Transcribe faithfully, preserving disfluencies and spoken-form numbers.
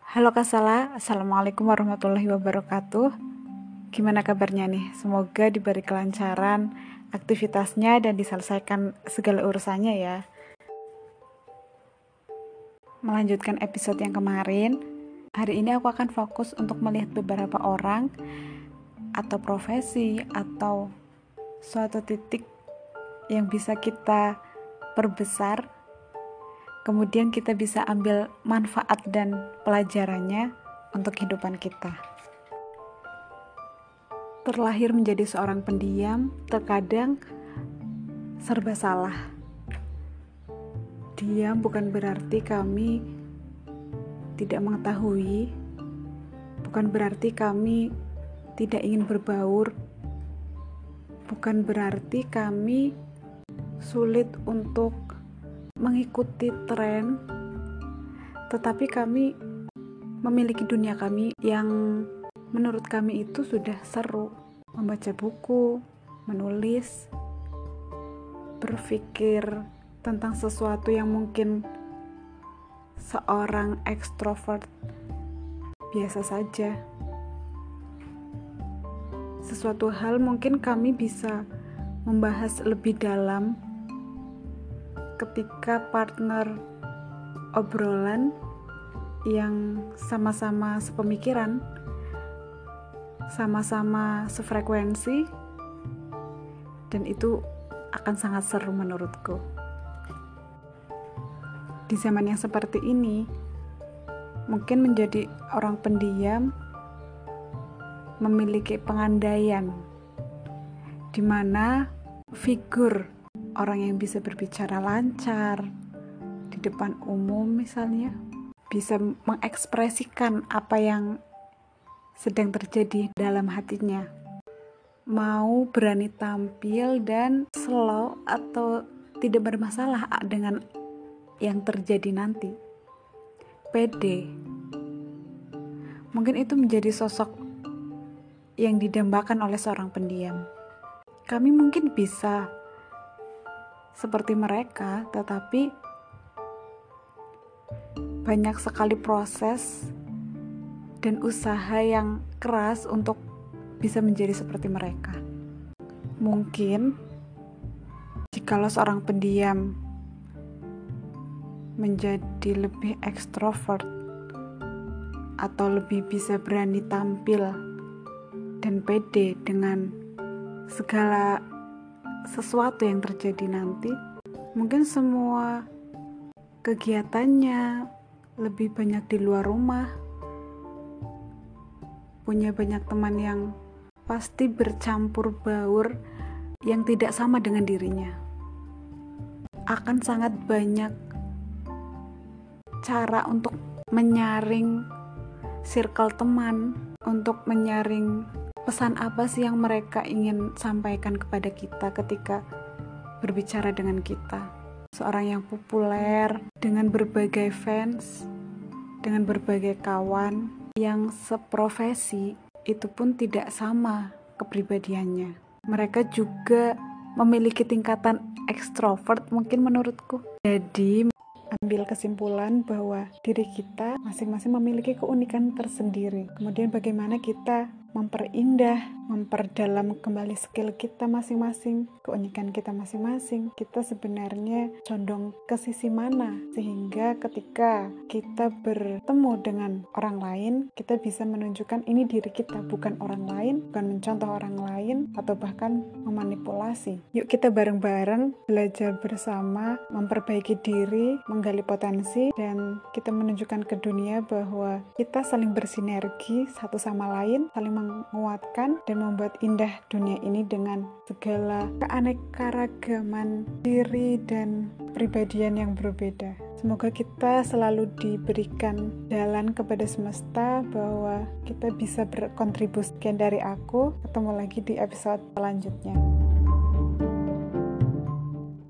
Halo Kak Sala, Assalamualaikum warahmatullahi wabarakatuh. Gimana kabarnya nih? Semoga diberi kelancaran aktivitasnya dan diselesaikan segala urusannya ya. Melanjutkan episode yang kemarin, hari ini aku akan fokus untuk melihat beberapa orang atau profesi atau suatu titik yang bisa kita perbesar. Kemudian kita bisa ambil manfaat dan pelajarannya untuk kehidupan kita. Terlahir menjadi seorang pendiam, terkadang serba salah. Diam bukan berarti kami tidak mengetahui, bukan berarti kami tidak ingin berbaur, bukan berarti kami sulit untuk mengikuti tren, tetapi kami memiliki dunia kami yang menurut kami itu sudah seru. Membaca buku, menulis, berpikir tentang sesuatu yang mungkin seorang ekstrovert biasa saja. Sesuatu hal mungkin kami bisa membahas lebih dalam ketika partner obrolan yang sama-sama sepemikiran, sama-sama sefrekuensi, dan itu akan sangat seru menurutku. Di zaman yang seperti ini, mungkin menjadi orang pendiam memiliki pengandaian, di mana figur orang yang bisa berbicara lancar di depan umum misalnya, bisa mengekspresikan apa yang sedang terjadi dalam hatinya, mau berani tampil dan slow atau tidak bermasalah dengan yang terjadi nanti, pede. Mungkin itu menjadi sosok yang didambakan oleh seorang pendiam. Kami mungkin bisa seperti mereka, tetapi banyak sekali proses dan usaha yang keras untuk bisa menjadi seperti mereka. Mungkin jikalau seorang pendiam menjadi lebih ekstrovert atau lebih bisa berani tampil dan pede dengan segala sesuatu yang terjadi nanti, mungkin semua kegiatannya lebih banyak di luar rumah, punya banyak teman yang pasti bercampur baur yang tidak sama dengan dirinya. Akan sangat banyak cara untuk menyaring circle teman, untuk menyaring pesan apa sih yang mereka ingin sampaikan kepada kita ketika berbicara dengan kita. Seorang yang populer dengan berbagai fans, dengan berbagai kawan yang seprofesi, itu pun tidak sama kepribadiannya. Mereka juga memiliki tingkatan ekstrovert mungkin menurutku. Jadi ambil kesimpulan bahwa diri kita masing-masing memiliki keunikan tersendiri. Kemudian bagaimana kita memperindah, memperdalam kembali skill kita masing-masing, keunikan kita masing-masing. Kita sebenarnya condong ke sisi mana, sehingga ketika kita bertemu dengan orang lain, kita bisa menunjukkan ini diri kita, bukan orang lain, bukan mencontoh orang lain, atau bahkan memanipulasi. Yuk kita bareng-bareng belajar bersama, memperbaiki diri, menggali potensi, dan kita menunjukkan ke dunia bahwa kita saling bersinergi satu sama lain, saling menguatkan dan membuat indah dunia ini dengan segala keanekaragaman diri dan pribadian yang berbeda. Semoga kita selalu diberikan jalan kepada semesta bahwa kita bisa berkontribusi. Sekian dari aku, ketemu lagi di episode selanjutnya.